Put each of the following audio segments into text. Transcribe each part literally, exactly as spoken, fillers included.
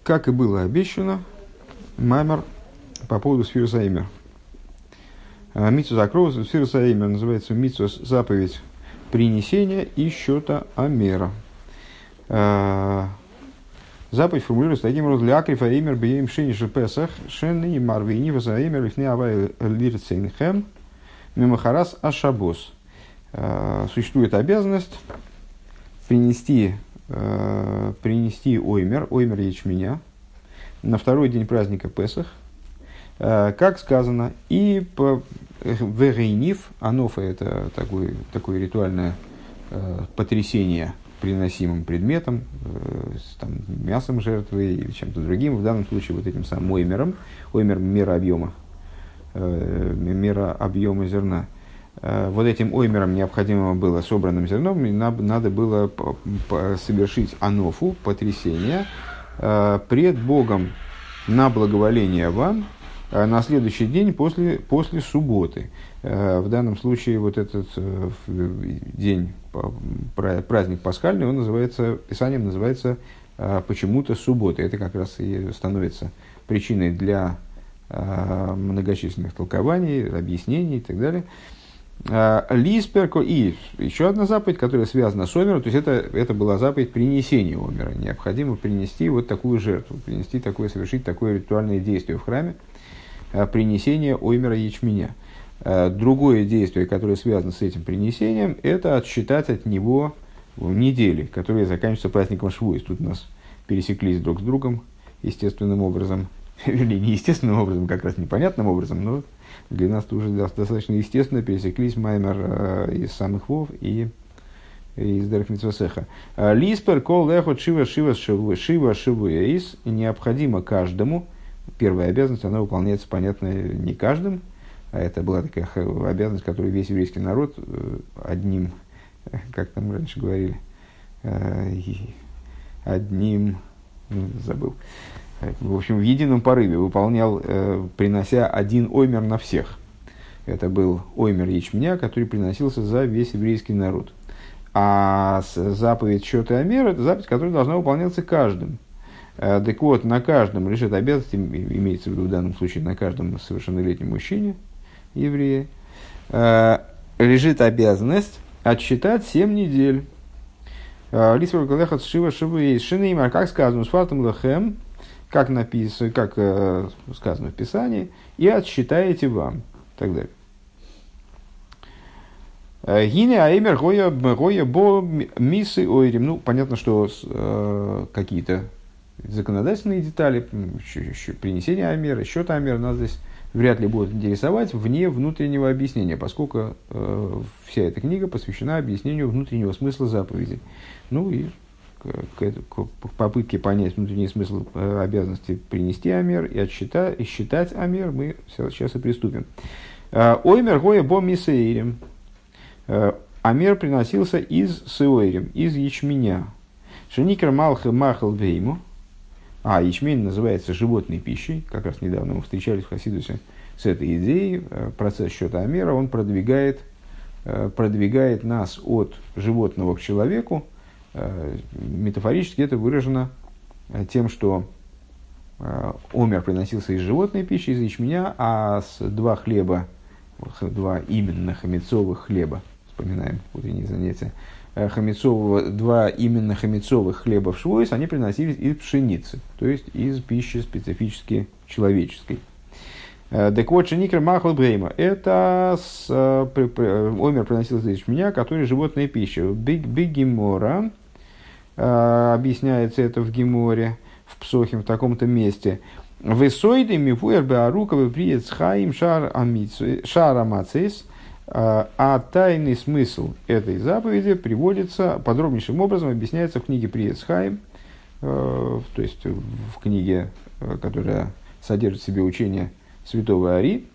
Как и было обещано, маймер по поводу сфирос аимер. Митсус акровус сфирос аимер называется митсус заповедь принесения и счета амера. Заповедь формулируется таким образом: для акрифа аимер беем шиниши песах шенни марвини вазаимер лифне авай лирцейнхэм мимахарас ашабос. Существует обязанность принести принести оймер, оймер ячменя на второй день праздника Песах, как сказано, и по вегейнив, анофа — это такое, такое ритуальное потрясение приносимым предметом, с там, мясом жертвы или чем-то другим, в данном случае вот этим самым оймером, оймер — мера объема, мера объема зерна. Вот этим оймером необходимо было, собранным зерном, надо было совершить анофу, потрясение, пред Богом на благоволение вам на следующий день после, после субботы. В данном случае вот этот день, праздник пасхальный, он называется, Писанием называется почему-то субботой. Это как раз и становится причиной для многочисленных толкований, объяснений и так далее. Лисперко и еще одна заповедь, которая связана с омером, то есть это, это была заповедь принесения омера. Необходимо принести вот такую жертву, принести такое, совершить такое ритуальное действие в храме, принесение омера ячменя. Другое действие, которое связано с этим принесением, это отсчитать от него недели, которые заканчиваются праздником Швуис. Тут у нас пересеклись друг с другом естественным образом, вернее, не естественным образом, как раз непонятным образом, но для нас тоже достаточно естественно пересеклись маймер э, из самых вов и, и из Дерех Мицвот Сеха. Лиспер кол лехот шива шива шива шивуэйс. Необходимо каждому. Первая обязанность, она выполняется, понятно, не каждым, а это была такая обязанность, которую весь еврейский народ одним, как там раньше говорили, одним, ну, забыл, в общем, в едином порыве выполнял, принося один оймер на всех. Это был оймер ячменя, который приносился за весь еврейский народ. А заповедь счета амер — это заповедь, которая должна выполняться каждым. Так вот, на каждом лежит обязанность, имеется в виду в данном случае на каждом совершеннолетнем мужчине, еврея, лежит обязанность отсчитать семь недель. Лисвар галехат шива шивы шинеймар, как сказано, сфартам лехем, как написано, как э, сказано в Писании, и отсчитаете вам, и так далее. Гине аэмер гоя гоя бо мисы ойрим. Ну, понятно, что э, какие-то законодательные детали, принесение амера, счет амера нас здесь вряд ли будут интересовать вне внутреннего объяснения, поскольку э, вся эта книга посвящена объяснению внутреннего смысла заповедей. Ну и к, к, к попытке понять внутренний смысл э, обязанности принести амер и отсчитать, и считать амер мы сейчас и приступим. Оймер гоя бо мисеирим. Амер приносился из сеойрим, из ячменя. Шеникер малхе махал вейму. А ячмень называется животной пищей. Как раз недавно мы встречались в Хасидусе с этой идеей. Процесс счета амера, он продвигает, продвигает нас от животного к человеку. Метафорически это выражено тем, что омер приносился из животной пищи, из ячменя, а с два хлеба, два именно хамецовых хлеба, вспоминаем утренние занятия, хамецового, два именно хамецовых хлеба в швуис, они приносились из пшеницы, то есть из пищи специфически человеческой. Так вот, шеникер махал брейма, это с, омер приносился из ячменя, который животная пища. Биг биг гемора, объясняется это в геморе, в псохим, в таком-то месте. Высойды мифуэр беарукавы приец хаим шар амацис. А тайный смысл этой заповеди приводится подробнейшим образом, объясняется в книге Приец Хаим, то есть в книге, которая содержит в себе учение святого Ари.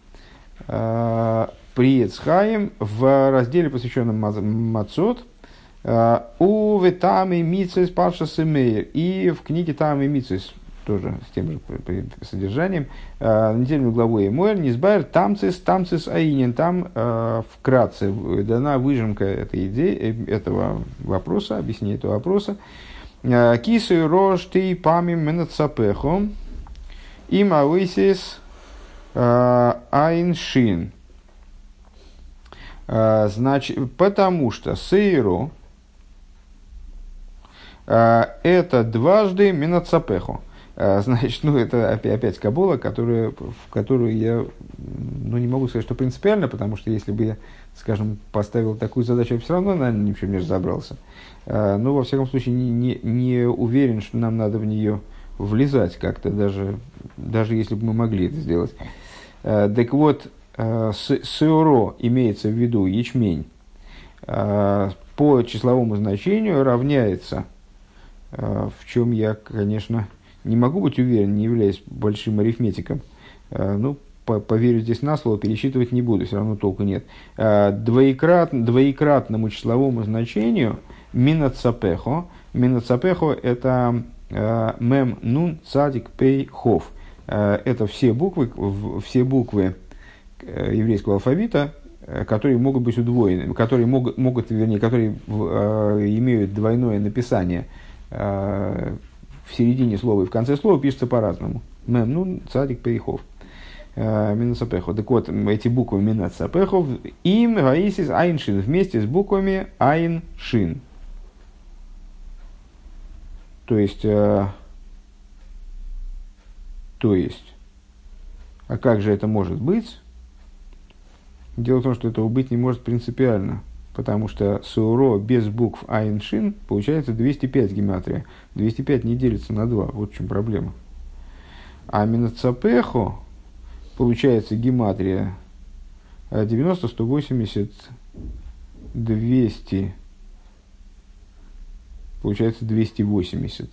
Приец Хаим в разделе, посвященном Мацот, у Ветами Мицис Паршас Мейер, и в книге Там и Мицис, тоже с тем же содержанием, э, недельную главу Эмуэль, Низбайр, Тамцис, Тамцис Аинин. Там э, вкратце дана выжимка этой идеи, этого вопроса, объяснение этого вопроса. Кисы рож ты пами менацапехо. Им ауисис айншин. Значит, потому что сейро это дважды менацапехо. Значит, ну это опять, опять кабола, которая, в которую я ну, не могу сказать, что принципиально, потому что если бы я, скажем, поставил такую задачу, я бы все равно, наверное, ни в чем не разобрался. Но, во всяком случае, не, не, не уверен, что нам надо в нее влезать как-то, даже, даже если бы мы могли это сделать. Так вот, сеуро имеется в виду ячмень, по числовому значению равняется, в чем я, конечно, не могу быть уверен, не являюсь большим арифметиком. Ну, поверю здесь на слово, пересчитывать не буду, все равно толку нет. Двоекрат, двоекратному числовому значению минацапехо. Минацапехо – это мем, нун, цадик, пей, хов. Это все буквы, все буквы еврейского алфавита, которые могут быть удвоены, которые могут, могут вернее, которые имеют двойное написание в середине слова и в конце слова пишется по-разному. Мем, нун, цадик, пей, хов. Минацапехо. Так вот, эти буквы минацапехо, им гаисис айншин, вместе с буквами айншин. То есть, э, то есть, а как же это может быть? Дело в том, что этого быть не может принципиально, потому что сеуро без букв айншин получается двести пять гематрия. двести пять не делится на два, вот в чем проблема. А минацапехо получается гематрия девяносто, сто восемьдесят, двести. Получается двести восемьдесят.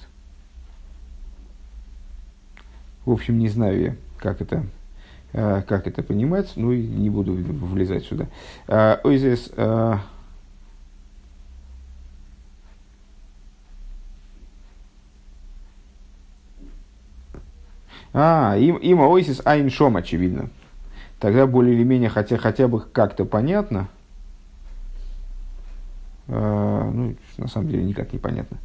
В общем, не знаю я, как это, как это понимать, ну и не буду влезать сюда. Ой, здесь... А, им, им оисис айншом, очевидно. Тогда более или менее хотя, хотя бы как-то понятно. А, ну, на самом деле, никак не понятно.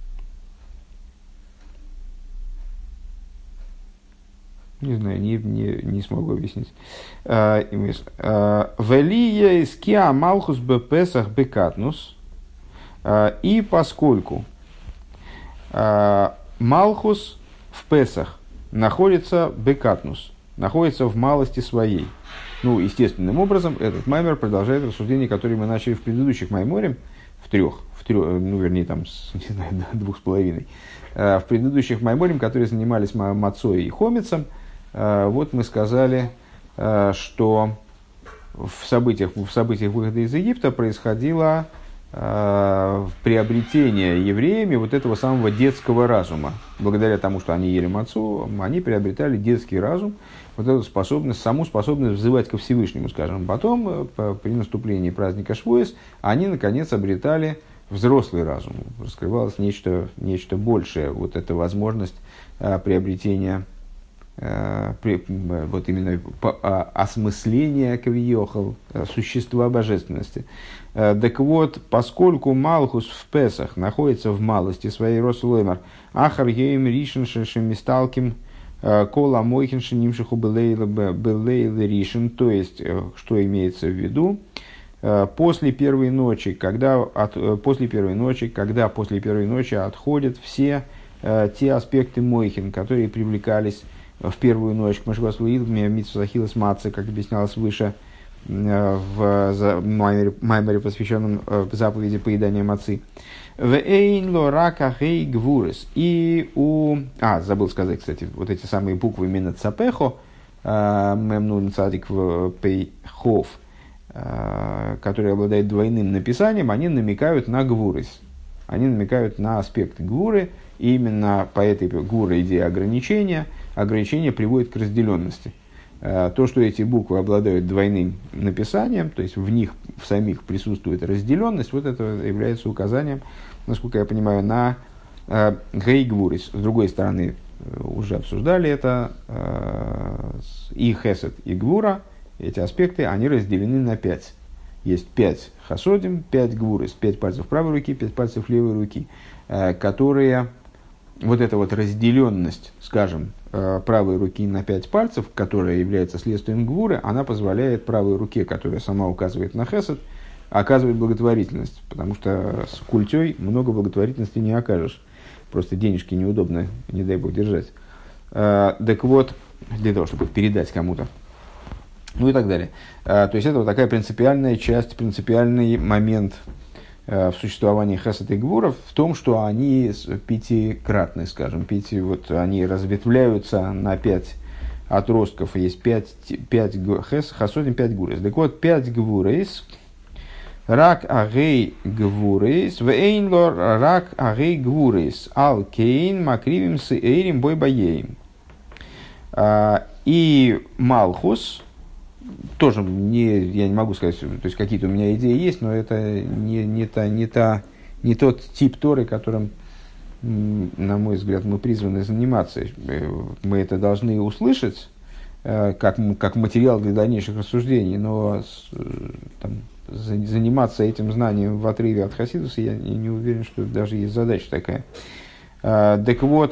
Не знаю, не, не, не смогу объяснить. Велия из киа малхус бепесах бекатнус. И поскольку малхус в Песах находится бекатнус, находится в малости своей. Ну, естественным образом, этот маймер продолжает рассуждение, которое мы начали в предыдущих майморе, в трех, в трех, ну, вернее, там, с, не знаю, двух с половиной. В предыдущих майморе, которые занимались мацой и хомицем, вот мы сказали, что в событиях, в событиях выхода из Египта происходило приобретение евреями вот этого самого детского разума. Благодаря тому, что они ели мацу, они приобретали детский разум, вот эту способность, саму способность взывать ко Всевышнему, скажем. Потом, при наступлении праздника Швуэс, они, наконец, обретали взрослый разум. Раскрывалось нечто, нечто большее, вот эта возможность приобретения, вот именно осмысления кавиохал, существа божественности. Так вот, поскольку Малхус в Песах находится в малости своей Росулеймар, Ахар Гейм Ришен Шемисталким Кола Мойхин Шенимшиху Белейл Ришен, то есть, что имеется в виду, после первой ночи, когда, от, после первой ночи, когда после первой ночи отходят все те аспекты Мойхин, которые привлекались в первую ночь к Машвасу Илме, Митсу Захилас Маце, как объяснялось выше, в маймере, посвященном заповеди поедания мацы. И у... А, забыл сказать, кстати, вот эти самые буквы Минацапехо, Мемнун Цадик Пейхов, которые обладают двойным написанием, они намекают на гвурис. Они намекают на аспект гвуры, и именно по этой гвуре идея ограничения, ограничение приводит к разделенности. То, что эти буквы обладают двойным написанием, то есть в них в самих присутствует разделенность, вот это является указанием, насколько я понимаю, на гейгвурис. С другой стороны, уже обсуждали это, и хесед, и гвура, эти аспекты, они разделены на пять. Есть пять хасодим, пять гвурис, пять пальцев правой руки, пять пальцев левой руки. которые, вот эта вот разделенность, скажем, правой руки на пять пальцев, которая является следствием гвуры, она позволяет правой руке, которая сама указывает на хесед, оказывать благотворительность, потому что с культей много благотворительности не окажешь. Просто денежки неудобно, не дай бог, держать. Так вот, для того, чтобы передать кому-то. Ну и так далее. То есть это вот такая принципиальная часть, принципиальный момент в существовании хесед и гвуров в том, что они пятикратны, скажем, пяти, вот они разветвляются на пять отростков, есть пять, пять хес, хасодим, пять гвурес. Так вот, пять гвурес, рак агей гвурес, вейнлор рак агей гвурес, ал кейн макривим с эйрим бой боеем. И Малхус, тоже не, я не могу сказать, то есть какие-то у меня идеи есть, но это не, не, та, не, та, не тот тип Торы, которым, на мой взгляд, мы призваны заниматься. Мы это должны услышать как, как материал для дальнейших рассуждений, но там, заниматься этим знанием в отрыве от Хасидуса я не, не уверен, что даже есть задача такая. Так вот,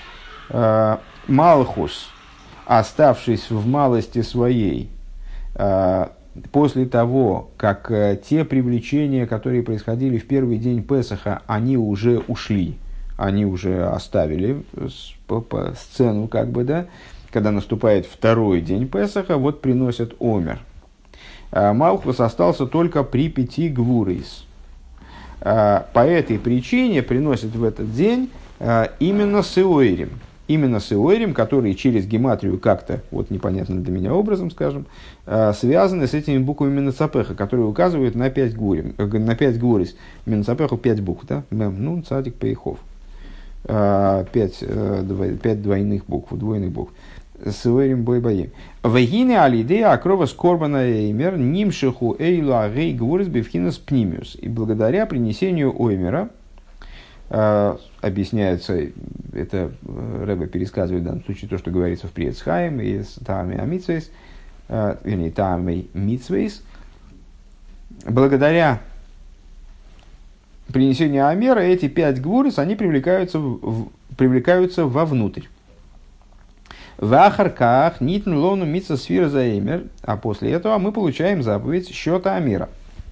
Малхус, оставшись в малости своей, после того, как те привлечения, которые происходили в первый день Песаха, они уже ушли, они уже оставили сцену, как бы, да, когда наступает второй день Песаха, вот приносят омер. Малхус остался только при пяти гвурейс. По этой причине приносят в этот день именно сеойрим. Именно сеойрим, которые через гематрию как-то, вот непонятно для меня образом, скажем, связаны с этими буквами Менацапеха, которые указывают на пять гурим, на пять гурис. Менацапеху пять букв, да? Мем, нун, цадик, пейхов. Пять, пять двойных букв, двойных букв. Сеойрим бой боем. Вегине алидея акрова скорбана эймер нимшиху эйлу агей гурис бифхинас пнимиус. И благодаря принесению оймера, Uh, объясняется, это Ребе пересказывает в данном случае то, что говорится в Приецхайм и с Таами Амитсвейс, uh, вернее, Таами Митсвейс. Благодаря принесению Омера эти пять гвурис, они привлекаются, в, в, привлекаются вовнутрь. В Ахарках нитн лону митса сфира заэмер, а после этого мы получаем заповедь счета Омера.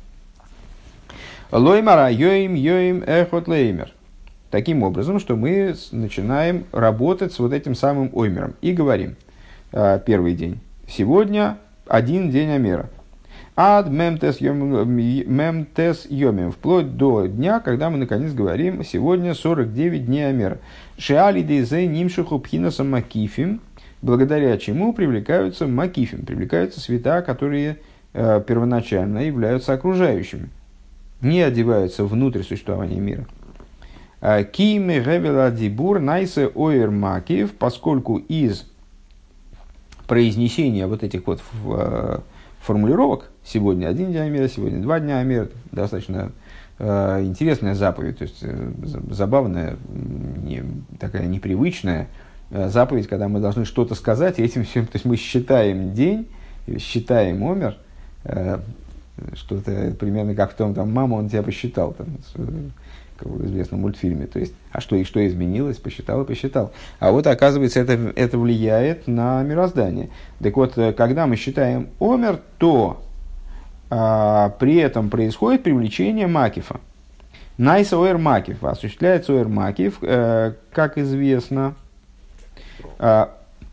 Лоймара йоим йоим эхот леймер. Таким образом, что мы начинаем работать с вот этим самым оймером. И говорим, первый день. Сегодня один день омера. Ад мемтес йомим. Вплоть до дня, когда мы наконец говорим, сегодня сорок девять дней омера. Шеали дейзе нимшиху пхинасам макифим. Благодаря чему привлекаются макифим. Привлекаются света, которые э, первоначально являются окружающими. Не одеваются внутрь существования мира. Киме гевела дибур найсе оир макиев, поскольку из произнесения вот этих вот формулировок, сегодня один день омера, сегодня два дня омера, достаточно э, интересная заповедь, то есть э, забавная, не, такая непривычная э, заповедь, когда мы должны что-то сказать, и этим всем, то есть мы считаем день, считаем омер, э, что-то примерно как в том, там, мама, он тебя посчитал, там, как в известном мультфильме. То есть, а что и что изменилось, посчитал и посчитал. А вот, оказывается, это, это влияет на мироздание. Так вот, когда мы считаем омер, то а, при этом происходит привлечение макифа. Найса оэр макиф. Осуществляется оэр макиф, э, как известно, в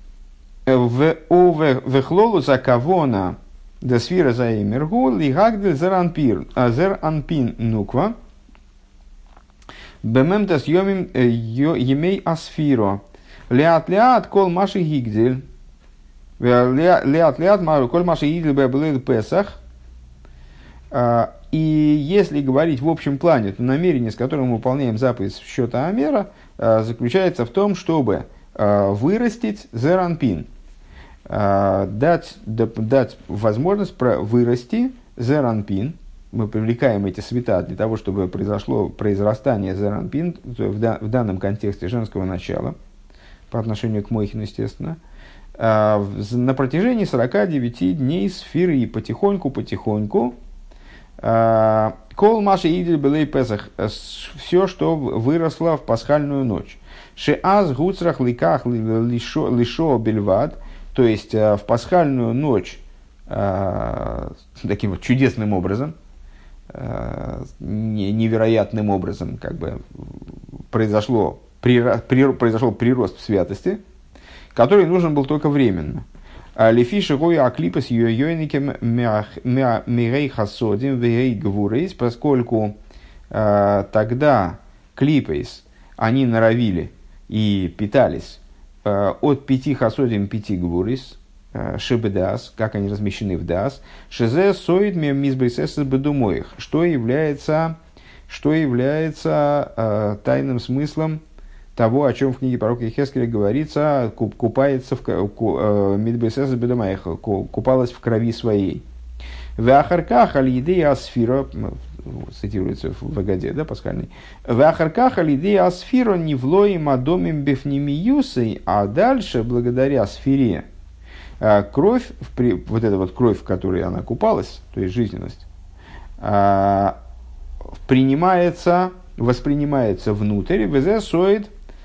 вехлолу закавона десфира заимергу лигагдель зер анпин нуква бемемдас йомим емей асфиро леат-леат кол маши гигдель леат-леат кол маши гигдель бэблэд песах. И если говорить в общем плане, то намерение, с которым мы выполняем заповедь счета омера, заключается в том, чтобы вырастить зеранпин, дать, дать возможность вырасти зеранпин. Мы привлекаем эти света для того, чтобы произошло произрастание зеранпин, в данном контексте женского начала, по отношению к Мойхину, естественно, на протяжении сорока девяти дней сферы, и потихоньку-потихоньку Кол Маши Идель Белей Песах. Все, что выросло в пасхальную ночь. Шеаз Гуцрах Ликах Лишо Бельвад. То есть в пасхальную ночь таким вот чудесным образом, невероятным образом, как бы произошло, произошел прирост в святости, который нужен был только временно. Лефиши гоя аклипас йойникем мирей хасодим вей гвурейс, поскольку э, тогда клипейс они норовили и питались э, от пяти хасодим пяти гвурейс, э, шебедас, как они размещены в дас, шезе соид мизбейсес бедумоих, что является, что является э, тайным смыслом того, о чем в книге пророка Йехескеля говорится, купается в Мидбейсес Бедамаях, купалась в крови своей. Веахарках аль-идея асфира, цитируется в Агаде, да, пасхальный. Веахарках аль-идея асфира невлоим адомим бефнимиюсой, а дальше, благодаря сфере, кровь, вот эта вот кровь, в которой она купалась, то есть жизненность, принимается, воспринимается внутрь, везесоид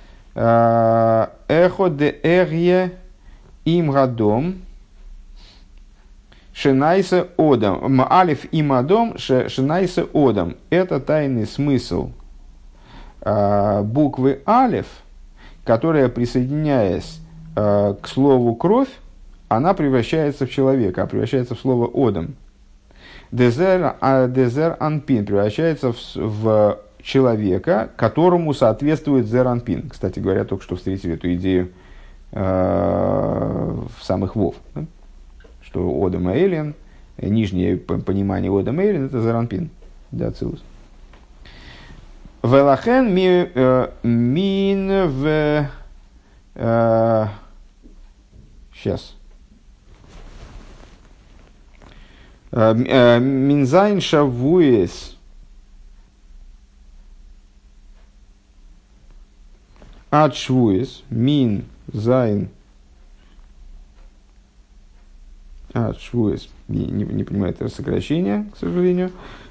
эхо де эрье им гадом шенайса одам. Алиф им адом шенайса одам. Это тайный смысл буквы алиф, которая, присоединяясь к слову кровь, она превращается в человека, а превращается в слово одам. Дезер, дезер анпин превращается в, в человека, которому соответствует зеранпин. Кстати говоря, только что встретили эту идею э, в самых Вов, да? Что Одам Эйлен, нижнее понимание Одам Эйлен, это зеранпин, да, Ацилус. Велахен мин в... Сейчас. Минзайн шавуес ад швуес, мин, зайн, ад швуес, не, не, не понимаю это сокращение, к сожалению.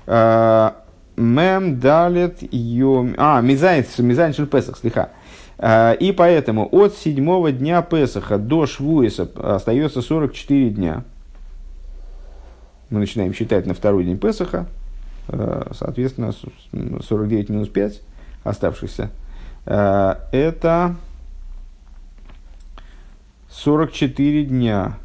Мем далет йом, а, мизайн, мизайн шель Песах, слиха. И поэтому от седьмого дня Песаха до швуеса остается сорок четыре дня. Мы начинаем считать на второй день Песаха, соответственно, сорок девять минус пять оставшихся. Это сорок четыре дня.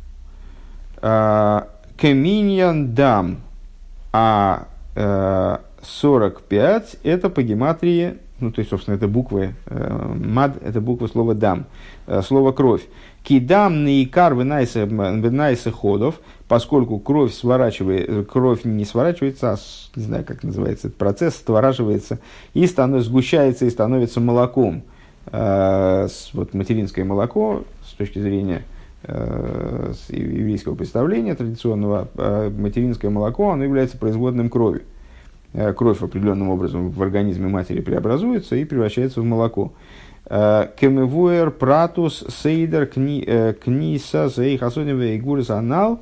Кеминьян дам, а сорок пять это по гематрии, ну, то есть, собственно, это буквы, мад, это буквы слова дам, слово кровь. Кидам наикар венайса ходов, поскольку кровь сворачивает, кровь не сворачивается, а, не знаю, как называется этот процесс, створаживается и становится, сгущается и становится молоком. Э, вот материнское молоко, с точки зрения э, с еврейского представления традиционного, э, материнское молоко, оно является производным крови. Э, кровь определенным образом в организме матери преобразуется и превращается в молоко. Кемевуэр пратус сейдер книса зейх асодим гурис анал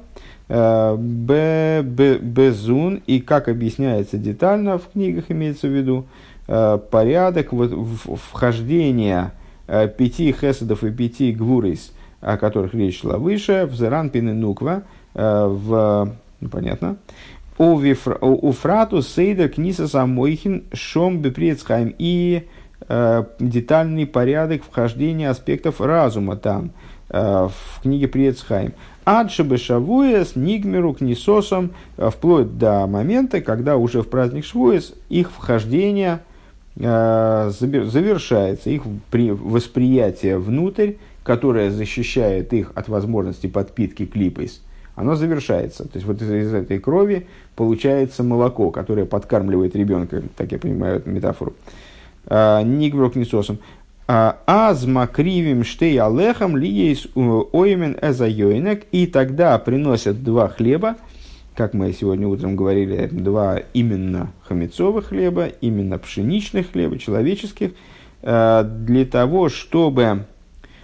безун, и как объясняется детально в книгах, имеется в виду порядок вот, вхождения пяти хеседов и пяти гвурис, о которых речь шла выше, в зеран пин и нуква, в, ну, понятно, у фратус сейдер книса самойхин шом бепрецхайм, и детальный порядок вхождения аспектов разума там, в книге Приецхайм. Адшебе шавуэс нигмеру книсосом, вплоть до момента, когда уже в праздник Швуэс их вхождение завершается, их восприятие внутрь, которое защищает их от возможности подпитки клипейс, оно завершается. То есть вот из, из этой крови получается молоко, которое подкармливает ребенка, так я понимаю эту метафору. Нигброк нисосом. Аз макривим штей алехам ли есть оймен эзайойнек, и тогда приносят два хлеба, как мы сегодня утром говорили, два именно хамецовых хлеба, именно пшеничных хлеба, человеческих, для того, чтобы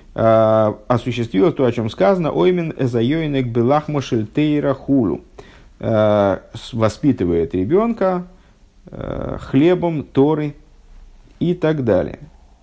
осуществилось то, о чем сказано, оймен эзайойнек белахмошель тейра хулу. э, воспитывает ребенка э, хлебом Торы и так далее.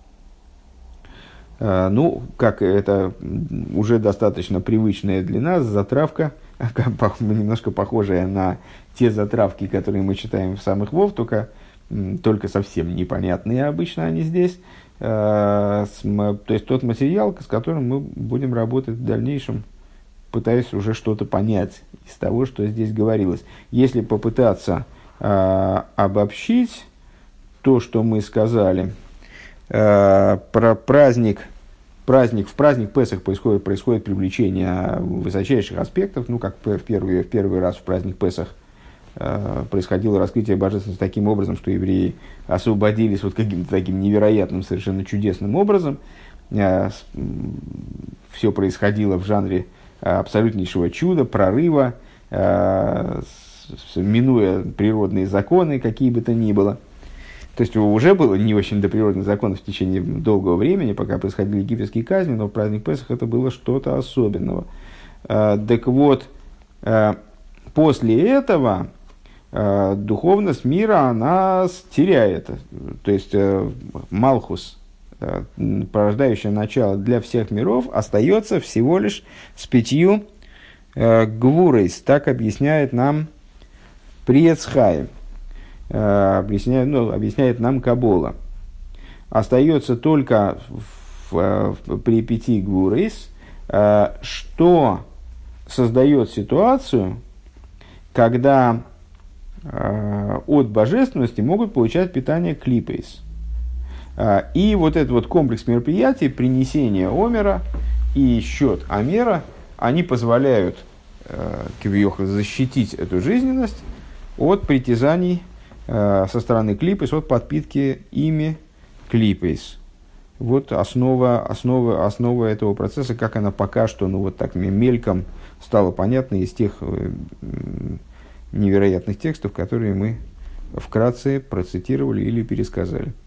Э, ну, как это уже достаточно привычная для нас затравка, немножко похожая на те затравки, которые мы читаем в самых Вов, только, только совсем непонятные обычно они здесь. То есть тот материал, с которым мы будем работать в дальнейшем, пытаясь уже что-то понять из того, что здесь говорилось. Если попытаться э, обобщить то, что мы сказали, э, про праздник, праздник, в праздник Песах происходит, происходит привлечение высочайших аспектов, ну, как в первый, в первый раз в праздник Песах происходило раскрытие божественности таким образом, что евреи освободились вот каким-то таким невероятным, совершенно чудесным образом. Все происходило в жанре абсолютнейшего чуда, прорыва, минуя природные законы, какие бы то ни было. То есть уже было не очень до природных законов в течение долгого времени, пока происходили египетские казни, но в праздник Песах это было что-то особенного. Так вот, после этого э, духовность мира, она теряет. То есть, э, Малхус, э, порождающее начало для всех миров, остается всего лишь с пятью э, гвурейс. Так объясняет нам Приец Хаим. Э, объясняет, ну, объясняет нам Кабола. Остается только в, в, при пяти гвурейс, э, что создает ситуацию, когда э, от божественности могут получать питание клипейс. Э, и вот этот вот комплекс мероприятий, принесение омера и счет омера, они позволяют э, кивьёху защитить эту жизненность от притязаний э, со стороны клипейс, от подпитки ими клипейс. Вот основа, основа, основа этого процесса, как она пока что, ну вот так мельком стало понятно из тех э, невероятных текстов, которые мы вкратце процитировали или пересказали.